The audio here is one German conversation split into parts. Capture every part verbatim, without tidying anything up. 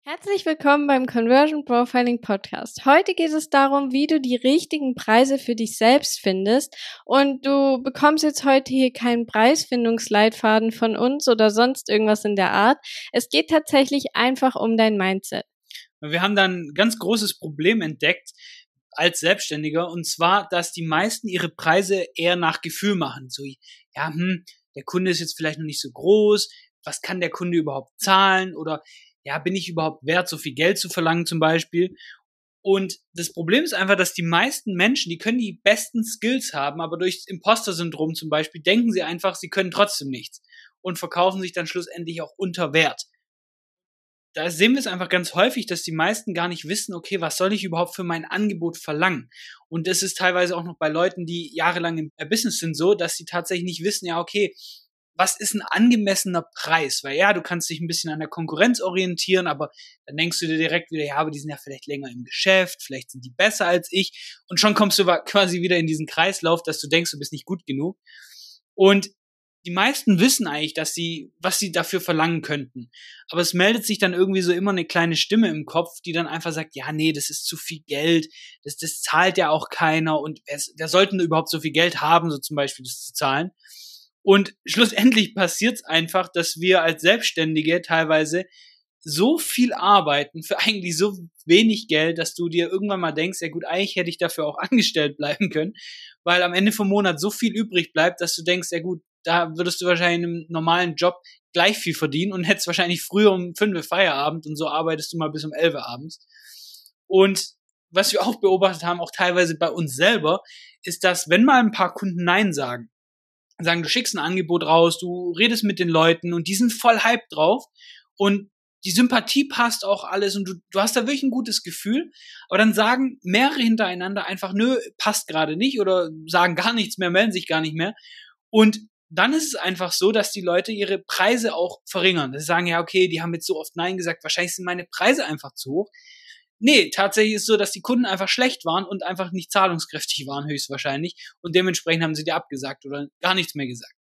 Herzlich willkommen beim Conversion Profiling Podcast. Heute geht es darum, wie du die richtigen Preise für dich selbst findest, und du bekommst jetzt heute hier keinen Preisfindungsleitfaden von uns oder sonst irgendwas in der Art. Es geht tatsächlich einfach um dein Mindset. Wir haben dann ein ganz großes Problem entdeckt als Selbstständiger, und zwar, dass die meisten ihre Preise eher nach Gefühl machen. So, ja, hm, der Kunde ist jetzt vielleicht noch nicht so groß, was kann der Kunde überhaupt zahlen, oder ja, bin ich überhaupt wert, so viel Geld zu verlangen zum Beispiel? Und das Problem ist einfach, dass die meisten Menschen, die können die besten Skills haben, aber durch das Imposter-Syndrom zum Beispiel denken sie einfach, sie können trotzdem nichts und verkaufen sich dann schlussendlich auch unter Wert. Da sehen wir es einfach ganz häufig, dass die meisten gar nicht wissen, okay, was soll ich überhaupt für mein Angebot verlangen? Und das ist teilweise auch noch bei Leuten, die jahrelang im Business sind, so, dass sie tatsächlich nicht wissen, ja, okay, was ist ein angemessener Preis? Weil ja, du kannst dich ein bisschen an der Konkurrenz orientieren, aber dann denkst du dir direkt wieder, ja, aber die sind ja vielleicht länger im Geschäft, vielleicht sind die besser als ich, und schon kommst du quasi wieder in diesen Kreislauf, dass du denkst, du bist nicht gut genug. Und die meisten wissen eigentlich, dass sie, was sie dafür verlangen könnten. Aber es meldet sich dann irgendwie so immer eine kleine Stimme im Kopf, die dann einfach sagt, ja, nee, das ist zu viel Geld, das, das zahlt ja auch keiner, und wer, wer sollten überhaupt so viel Geld haben, so zum Beispiel das zu zahlen? Und schlussendlich passiert es einfach, dass wir als Selbstständige teilweise so viel arbeiten für eigentlich so wenig Geld, dass du dir irgendwann mal denkst, ja gut, eigentlich hätte ich dafür auch angestellt bleiben können, weil am Ende vom Monat so viel übrig bleibt, dass du denkst, ja gut, da würdest du wahrscheinlich in einem normalen Job gleich viel verdienen und hättest wahrscheinlich früher um fünf Uhr Feierabend, und so arbeitest du mal bis um elf Uhr abends. Und was wir auch beobachtet haben, auch teilweise bei uns selber, ist, dass wenn mal ein paar Kunden Nein sagen, sagen, du schickst ein Angebot raus, du redest mit den Leuten und die sind voll hyped drauf und die Sympathie passt auch alles und du, du hast da wirklich ein gutes Gefühl, aber dann sagen mehrere hintereinander einfach, nö, passt gerade nicht, oder sagen gar nichts mehr, melden sich gar nicht mehr, und dann ist es einfach so, dass die Leute ihre Preise auch verringern. Sie sagen, ja, okay, die haben jetzt so oft Nein gesagt, wahrscheinlich sind meine Preise einfach zu hoch. Nee, tatsächlich ist es so, dass die Kunden einfach schlecht waren und einfach nicht zahlungskräftig waren, höchstwahrscheinlich. Und dementsprechend haben sie dir abgesagt oder gar nichts mehr gesagt.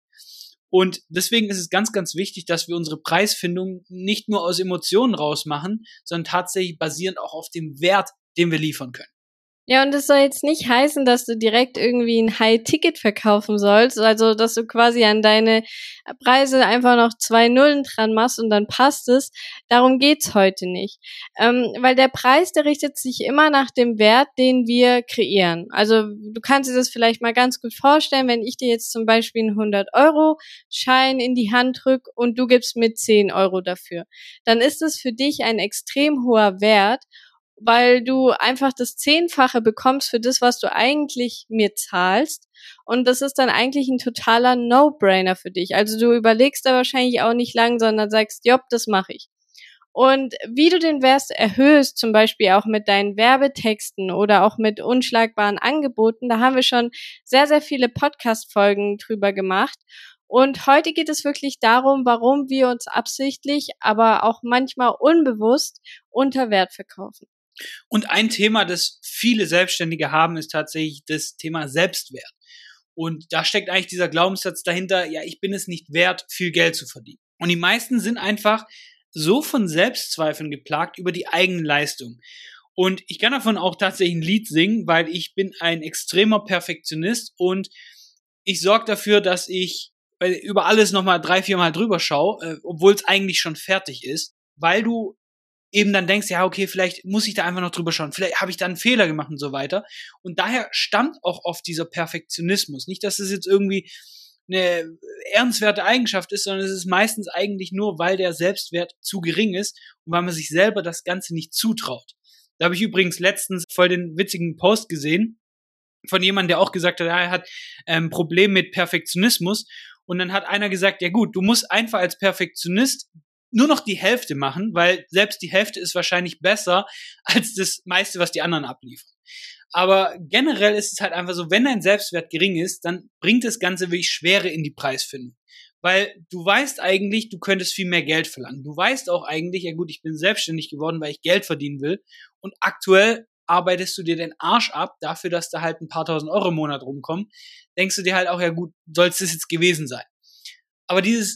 Und deswegen ist es ganz, ganz wichtig, dass wir unsere Preisfindung nicht nur aus Emotionen rausmachen, sondern tatsächlich basierend auch auf dem Wert, den wir liefern können. Ja, und das soll jetzt nicht heißen, dass du direkt irgendwie ein High-Ticket verkaufen sollst, also dass du quasi an deine Preise einfach noch zwei Nullen dran machst und dann passt es. Darum geht's heute nicht. Ähm, weil der Preis, der richtet sich immer nach dem Wert, den wir kreieren. Also du kannst dir das vielleicht mal ganz gut vorstellen, wenn ich dir jetzt zum Beispiel einen hundert-Euro-Schein in die Hand drück und du gibst mir zehn Euro dafür. Dann ist es für dich ein extrem hoher Wert, weil du einfach das Zehnfache bekommst für das, was du eigentlich mir zahlst. Und das ist dann eigentlich ein totaler No-Brainer für dich. Also du überlegst da wahrscheinlich auch nicht lang, sondern sagst, jopp, das mache ich. Und wie du den Wert erhöhst, zum Beispiel auch mit deinen Werbetexten oder auch mit unschlagbaren Angeboten, da haben wir schon sehr, sehr viele Podcast-Folgen drüber gemacht. Und heute geht es wirklich darum, warum wir uns absichtlich, aber auch manchmal unbewusst unter Wert verkaufen. Und ein Thema, das viele Selbstständige haben, ist tatsächlich das Thema Selbstwert. Und da steckt eigentlich dieser Glaubenssatz dahinter, ja, ich bin es nicht wert, viel Geld zu verdienen. Und die meisten sind einfach so von Selbstzweifeln geplagt über die eigene Leistung. Und ich kann davon auch tatsächlich ein Lied singen, weil ich bin ein extremer Perfektionist und ich sorge dafür, dass ich über alles nochmal drei, vier Mal drüber schaue, obwohl es eigentlich schon fertig ist, weil du eben dann denkst, ja, okay, vielleicht muss ich da einfach noch drüber schauen, vielleicht habe ich da einen Fehler gemacht und so weiter. Und daher stammt auch oft dieser Perfektionismus. Nicht, dass es jetzt irgendwie eine ehrenswerte Eigenschaft ist, sondern es ist meistens eigentlich nur, weil der Selbstwert zu gering ist und weil man sich selber das Ganze nicht zutraut. Da habe ich übrigens letztens voll den witzigen Post gesehen von jemandem, der auch gesagt hat, ja, er hat ein ähm, Problem mit Perfektionismus. Und dann hat einer gesagt, ja gut, du musst einfach als Perfektionist nur noch die Hälfte machen, weil selbst die Hälfte ist wahrscheinlich besser als das meiste, was die anderen abliefern. Aber generell ist es halt einfach so, wenn dein Selbstwert gering ist, dann bringt das Ganze wirklich Schwere in die Preisfindung. Weil du weißt eigentlich, du könntest viel mehr Geld verlangen. Du weißt auch eigentlich, ja gut, ich bin selbstständig geworden, weil ich Geld verdienen will. Und aktuell arbeitest du dir den Arsch ab dafür, dass da halt ein paar tausend Euro im Monat rumkommen. Denkst du dir halt auch, ja gut, soll es das jetzt gewesen sein? Aber dieses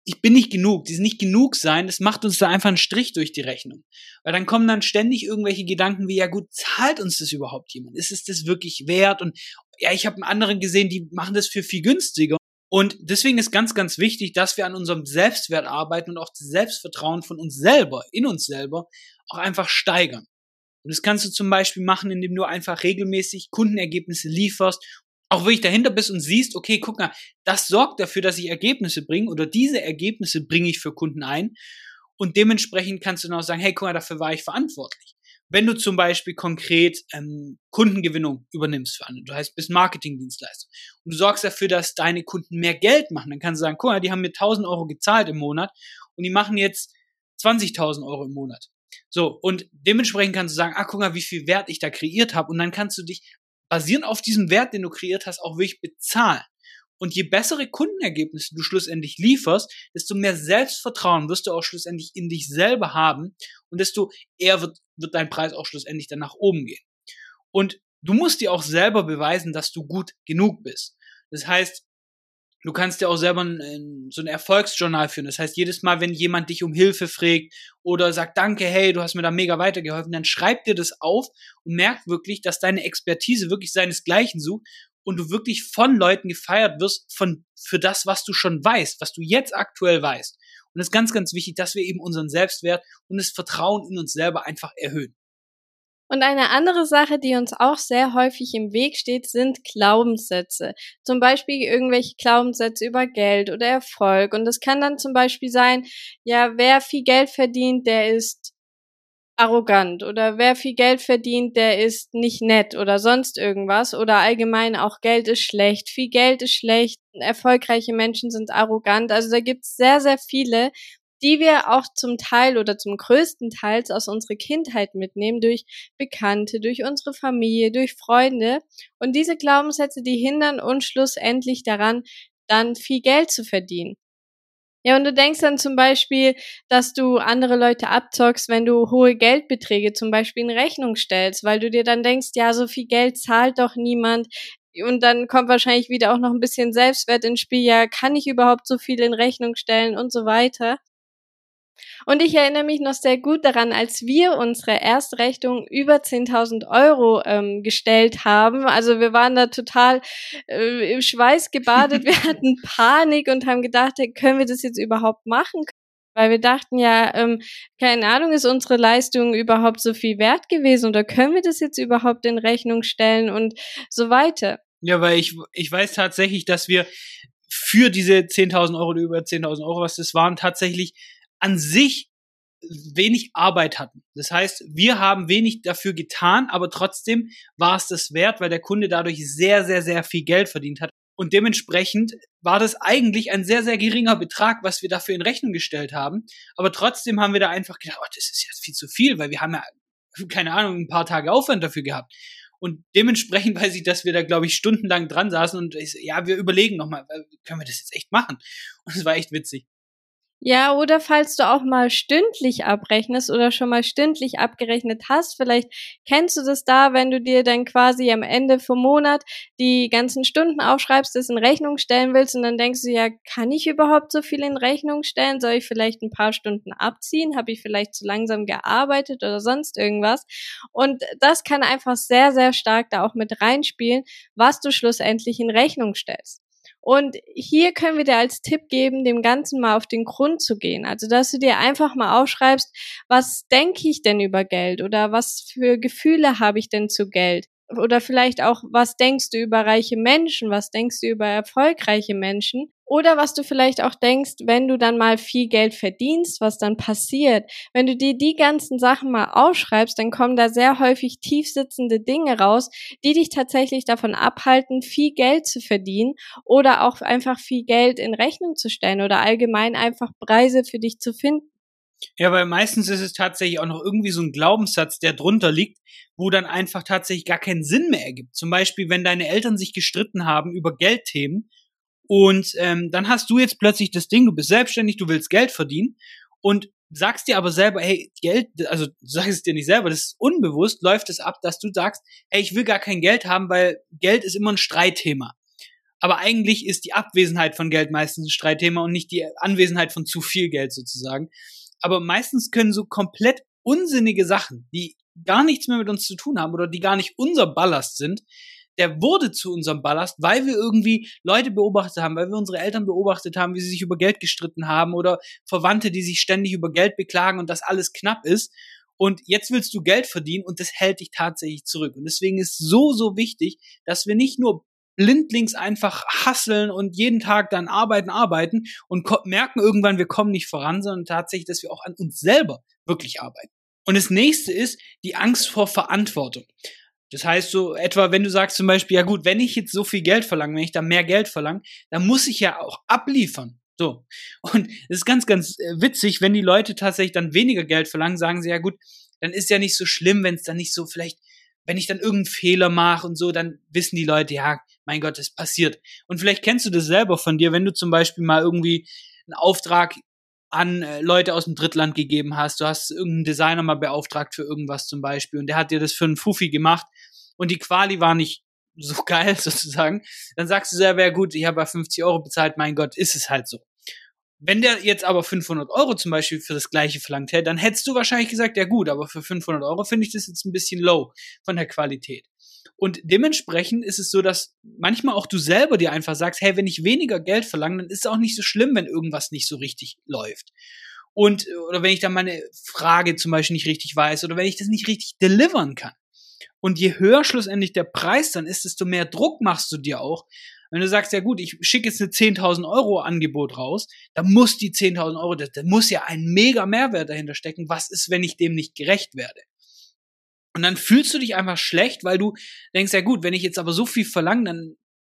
ich bin nicht genug, dieses nicht genug sein, das macht uns da einfach einen Strich durch die Rechnung. Weil dann kommen dann ständig irgendwelche Gedanken wie, ja gut, zahlt uns das überhaupt jemand? Ist es das wirklich wert? Und ja, ich habe einen anderen gesehen, die machen das für viel günstiger. Und deswegen ist ganz, ganz wichtig, dass wir an unserem Selbstwert arbeiten und auch das Selbstvertrauen von uns selber, in uns selber, auch einfach steigern. Und das kannst du zum Beispiel machen, indem du einfach regelmäßig Kundenergebnisse lieferst, auch wirklich dahinter bist und siehst, okay, guck mal, das sorgt dafür, dass ich Ergebnisse bringe oder diese Ergebnisse bringe ich für Kunden ein und dementsprechend kannst du dann auch sagen, hey, guck mal, dafür war ich verantwortlich. Wenn du zum Beispiel konkret ähm, Kundengewinnung übernimmst für andere, du heißt, bist Marketingdienstleister und du sorgst dafür, dass deine Kunden mehr Geld machen, dann kannst du sagen, guck mal, die haben mir tausend Euro gezahlt im Monat und die machen jetzt zwanzigtausend Euro im Monat. So, und dementsprechend kannst du sagen, ah, guck mal, wie viel Wert ich da kreiert habe und dann kannst du dich basierend auf diesem Wert, den du kreiert hast, auch wirklich bezahlen. Und je bessere Kundenergebnisse du schlussendlich lieferst, desto mehr Selbstvertrauen wirst du auch schlussendlich in dich selber haben und desto eher wird, wird dein Preis auch schlussendlich dann nach oben gehen. Und du musst dir auch selber beweisen, dass du gut genug bist. Das heißt, du kannst dir auch selber ein, so ein Erfolgsjournal führen. Das heißt, jedes Mal, wenn jemand dich um Hilfe fragt oder sagt, danke, hey, du hast mir da mega weitergeholfen, dann schreib dir das auf und merk wirklich, dass deine Expertise wirklich seinesgleichen sucht und du wirklich von Leuten gefeiert wirst von, für das, was du schon weißt, was du jetzt aktuell weißt. Und es ist ganz, ganz wichtig, dass wir eben unseren Selbstwert und das Vertrauen in uns selber einfach erhöhen. Und eine andere Sache, die uns auch sehr häufig im Weg steht, sind Glaubenssätze. Zum Beispiel irgendwelche Glaubenssätze über Geld oder Erfolg. Und das kann dann zum Beispiel sein, ja, wer viel Geld verdient, der ist arrogant. Oder wer viel Geld verdient, der ist nicht nett oder sonst irgendwas. Oder allgemein auch Geld ist schlecht. Viel Geld ist schlecht. Erfolgreiche Menschen sind arrogant. Also da gibt's sehr, sehr viele, die wir auch zum Teil oder zum größten Teil aus unserer Kindheit mitnehmen, durch Bekannte, durch unsere Familie, durch Freunde. Und diese Glaubenssätze, die hindern uns schlussendlich daran, dann viel Geld zu verdienen. Ja, und du denkst dann zum Beispiel, dass du andere Leute abzockst, wenn du hohe Geldbeträge zum Beispiel in Rechnung stellst, weil du dir dann denkst, ja, so viel Geld zahlt doch niemand. Und dann kommt wahrscheinlich wieder auch noch ein bisschen Selbstwert ins Spiel. Ja, kann ich überhaupt so viel in Rechnung stellen und so weiter. Und ich erinnere mich noch sehr gut daran, als wir unsere Erstrechnung über zehntausend Euro ähm, gestellt haben. Also wir waren da total äh, im Schweiß gebadet. Wir hatten Panik und haben gedacht, hey, können wir das jetzt überhaupt machen? Weil wir dachten ja, ähm, keine Ahnung, ist unsere Leistung überhaupt so viel wert gewesen oder können wir das jetzt überhaupt in Rechnung stellen und so weiter. Ja, weil ich, ich weiß tatsächlich, dass wir für diese zehntausend Euro oder über zehntausend Euro, was das waren, tatsächlich an sich wenig Arbeit hatten. Das heißt, wir haben wenig dafür getan, aber trotzdem war es das wert, weil der Kunde dadurch sehr, sehr, sehr viel Geld verdient hat. Und dementsprechend war das eigentlich ein sehr, sehr geringer Betrag, was wir dafür in Rechnung gestellt haben. Aber trotzdem haben wir da einfach gedacht, oh, das ist jetzt viel zu viel, weil wir haben ja, keine Ahnung, ein paar Tage Aufwand dafür gehabt. Und dementsprechend weiß ich, dass wir da, glaube ich, stundenlang dran saßen und ich, ja, wir überlegen nochmal, können wir das jetzt echt machen? Und es war echt witzig. Ja, oder falls du auch mal stündlich abrechnest oder schon mal stündlich abgerechnet hast, vielleicht kennst du das da, wenn du dir dann quasi am Ende vom Monat die ganzen Stunden aufschreibst, das in Rechnung stellen willst und dann denkst du, ja, kann ich überhaupt so viel in Rechnung stellen? Soll ich vielleicht ein paar Stunden abziehen? Habe ich vielleicht zu langsam gearbeitet oder sonst irgendwas? Und das kann einfach sehr, sehr stark da auch mit reinspielen, was du schlussendlich in Rechnung stellst. Und hier können wir dir als Tipp geben, dem Ganzen mal auf den Grund zu gehen. Also, dass du dir einfach mal aufschreibst, was denke ich denn über Geld oder was für Gefühle habe ich denn zu Geld? Oder vielleicht auch, was denkst du über reiche Menschen? Was denkst du über erfolgreiche Menschen? Oder was du vielleicht auch denkst, wenn du dann mal viel Geld verdienst, was dann passiert. Wenn du dir die ganzen Sachen mal aufschreibst, dann kommen da sehr häufig tiefsitzende Dinge raus, die dich tatsächlich davon abhalten, viel Geld zu verdienen oder auch einfach viel Geld in Rechnung zu stellen oder allgemein einfach Preise für dich zu finden. Ja, weil meistens ist es tatsächlich auch noch irgendwie so ein Glaubenssatz, der drunter liegt, wo dann einfach tatsächlich gar keinen Sinn mehr ergibt. Zum Beispiel, wenn deine Eltern sich gestritten haben über Geldthemen und ähm, dann hast du jetzt plötzlich das Ding, du bist selbstständig, du willst Geld verdienen und sagst dir aber selber, hey, Geld, also sag es dir nicht selber, das ist unbewusst, läuft es ab, dass du sagst, hey, ich will gar kein Geld haben, weil Geld ist immer ein Streitthema. Aber eigentlich ist die Abwesenheit von Geld meistens ein Streitthema und nicht die Anwesenheit von zu viel Geld sozusagen. Aber meistens können so komplett unsinnige Sachen, die gar nichts mehr mit uns zu tun haben oder die gar nicht unser Ballast sind, der wurde zu unserem Ballast, weil wir irgendwie Leute beobachtet haben, weil wir unsere Eltern beobachtet haben, wie sie sich über Geld gestritten haben oder Verwandte, die sich ständig über Geld beklagen und das alles knapp ist. Und jetzt willst du Geld verdienen und das hält dich tatsächlich zurück. Und deswegen ist so, so wichtig, dass wir nicht nur blindlings einfach hustlen und jeden Tag dann arbeiten, arbeiten und ko- merken irgendwann, wir kommen nicht voran, sondern tatsächlich, dass wir auch an uns selber wirklich arbeiten. Und das nächste ist die Angst vor Verantwortung. Das heißt so etwa, wenn du sagst zum Beispiel, ja gut, wenn ich jetzt so viel Geld verlange, wenn ich da mehr Geld verlange, dann muss ich ja auch abliefern. So. Und es ist ganz, ganz äh, witzig, wenn die Leute tatsächlich dann weniger Geld verlangen, sagen sie, ja gut, dann ist ja nicht so schlimm, wenn es dann nicht so vielleicht, wenn ich dann irgendeinen Fehler mache und so, dann wissen die Leute, ja, mein Gott, das passiert. Und vielleicht kennst du das selber von dir, wenn du zum Beispiel mal irgendwie einen Auftrag an äh, Leute aus dem Drittland gegeben hast, du hast irgendeinen Designer mal beauftragt für irgendwas zum Beispiel und der hat dir das für einen Fuffi gemacht und die Quali war nicht so geil sozusagen, dann sagst du selber, ja gut, ich habe ja fünfzig Euro bezahlt, mein Gott, ist es halt so. Wenn der jetzt aber fünfhundert Euro zum Beispiel für das Gleiche verlangt hätte, dann hättest du wahrscheinlich gesagt, ja gut, aber für fünfhundert Euro finde ich das jetzt ein bisschen low von der Qualität. Und dementsprechend ist es so, dass manchmal auch du selber dir einfach sagst, hey, wenn ich weniger Geld verlange, dann ist es auch nicht so schlimm, wenn irgendwas nicht so richtig läuft. Und, oder wenn ich dann meine Frage zum Beispiel nicht richtig weiß oder wenn ich das nicht richtig delivern kann. Und je höher schlussendlich der Preis dann ist, desto mehr Druck machst du dir auch. Wenn du sagst, ja gut, ich schicke jetzt eine zehntausend Euro Angebot raus, dann muss die zehntausend Euro, da muss ja ein mega Mehrwert dahinter stecken. Was ist, wenn ich dem nicht gerecht werde? Und dann fühlst du dich einfach schlecht, weil du denkst, ja gut, wenn ich jetzt aber so viel verlange, dann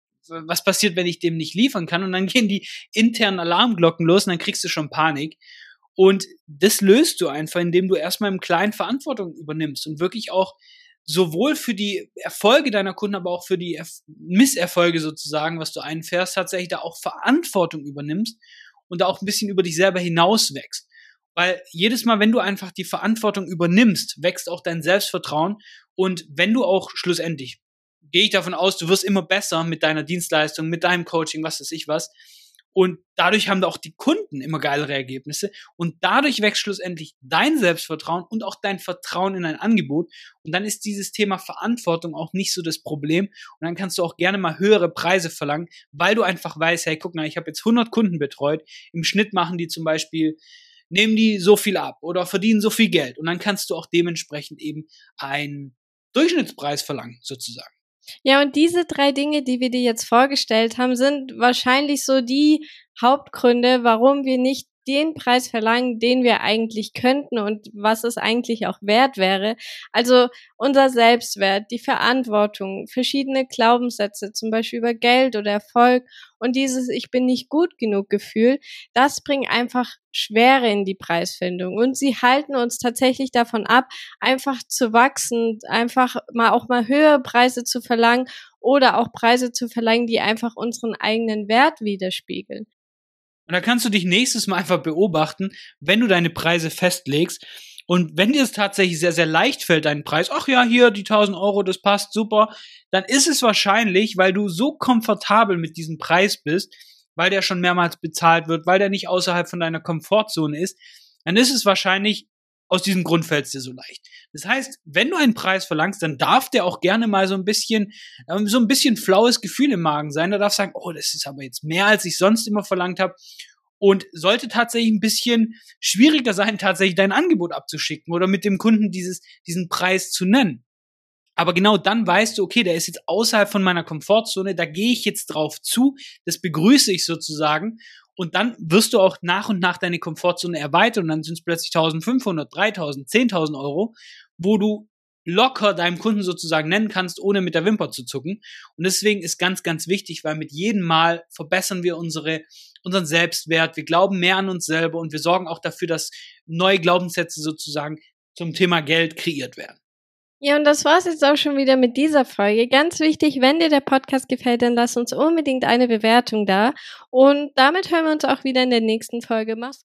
was passiert, wenn ich dem nicht liefern kann? Und dann gehen die internen Alarmglocken los und dann kriegst du schon Panik. Und das löst du einfach, indem du erstmal im Kleinen Verantwortung übernimmst und wirklich auch sowohl für die Erfolge deiner Kunden, aber auch für die Erf- Misserfolge sozusagen, was du einfährst, tatsächlich da auch Verantwortung übernimmst und da auch ein bisschen über dich selber hinaus wächst. Weil jedes Mal, wenn du einfach die Verantwortung übernimmst, wächst auch dein Selbstvertrauen. Und wenn du auch schlussendlich, gehe ich davon aus, du wirst immer besser mit deiner Dienstleistung, mit deinem Coaching, was weiß ich was. Und dadurch haben da auch die Kunden immer geilere Ergebnisse. Und dadurch wächst schlussendlich dein Selbstvertrauen und auch dein Vertrauen in ein Angebot. Und dann ist dieses Thema Verantwortung auch nicht so das Problem. Und dann kannst du auch gerne mal höhere Preise verlangen, weil du einfach weißt, hey, guck mal, ich habe jetzt hundert Kunden betreut. Im Schnitt machen die zum Beispiel nehmen die so viel ab oder verdienen so viel Geld. Und dann kannst du auch dementsprechend eben einen Durchschnittspreis verlangen, sozusagen. Ja, und diese drei Dinge, die wir dir jetzt vorgestellt haben, sind wahrscheinlich so die Hauptgründe, warum wir nicht den Preis verlangen, den wir eigentlich könnten und was es eigentlich auch wert wäre. Also unser Selbstwert, die Verantwortung, verschiedene Glaubenssätze, zum Beispiel über Geld oder Erfolg und dieses Ich bin nicht gut genug Gefühl, das bringt einfach Schwere in die Preisfindung und sie halten uns tatsächlich davon ab, einfach zu wachsen, einfach mal auch mal höhere Preise zu verlangen oder auch Preise zu verlangen, die einfach unseren eigenen Wert widerspiegeln. Und da kannst du dich nächstes Mal einfach beobachten, wenn du deine Preise festlegst. Und wenn dir es tatsächlich sehr, sehr leicht fällt, deinen Preis, ach ja, hier, die tausend Euro, das passt super, dann ist es wahrscheinlich, weil du so komfortabel mit diesem Preis bist, weil der schon mehrmals bezahlt wird, weil der nicht außerhalb von deiner Komfortzone ist, dann ist es wahrscheinlich, aus diesem Grund fällt es dir so leicht. Das heißt, wenn du einen Preis verlangst, dann darf der auch gerne mal so ein bisschen, so ein bisschen flaues Gefühl im Magen sein. Da darf sagen, oh, das ist aber jetzt mehr, als ich sonst immer verlangt habe. Und sollte tatsächlich ein bisschen schwieriger sein, tatsächlich dein Angebot abzuschicken oder mit dem Kunden dieses, diesen Preis zu nennen. Aber genau dann weißt du, okay, der ist jetzt außerhalb von meiner Komfortzone, da gehe ich jetzt drauf zu, das begrüße ich sozusagen. Und dann wirst du auch nach und nach deine Komfortzone erweitern und dann sind es plötzlich eintausendfünfhundert, dreitausend, zehntausend Euro, wo du locker deinem Kunden sozusagen nennen kannst, ohne mit der Wimper zu zucken. Und deswegen ist ganz, ganz wichtig, weil mit jedem Mal verbessern wir unsere, unseren Selbstwert, wir glauben mehr an uns selber und wir sorgen auch dafür, dass neue Glaubenssätze sozusagen zum Thema Geld kreiert werden. Ja, und das war's jetzt auch schon wieder mit dieser Folge. Ganz wichtig, wenn dir der Podcast gefällt, dann lass uns unbedingt eine Bewertung da. Und damit hören wir uns auch wieder in der nächsten Folge. Mach's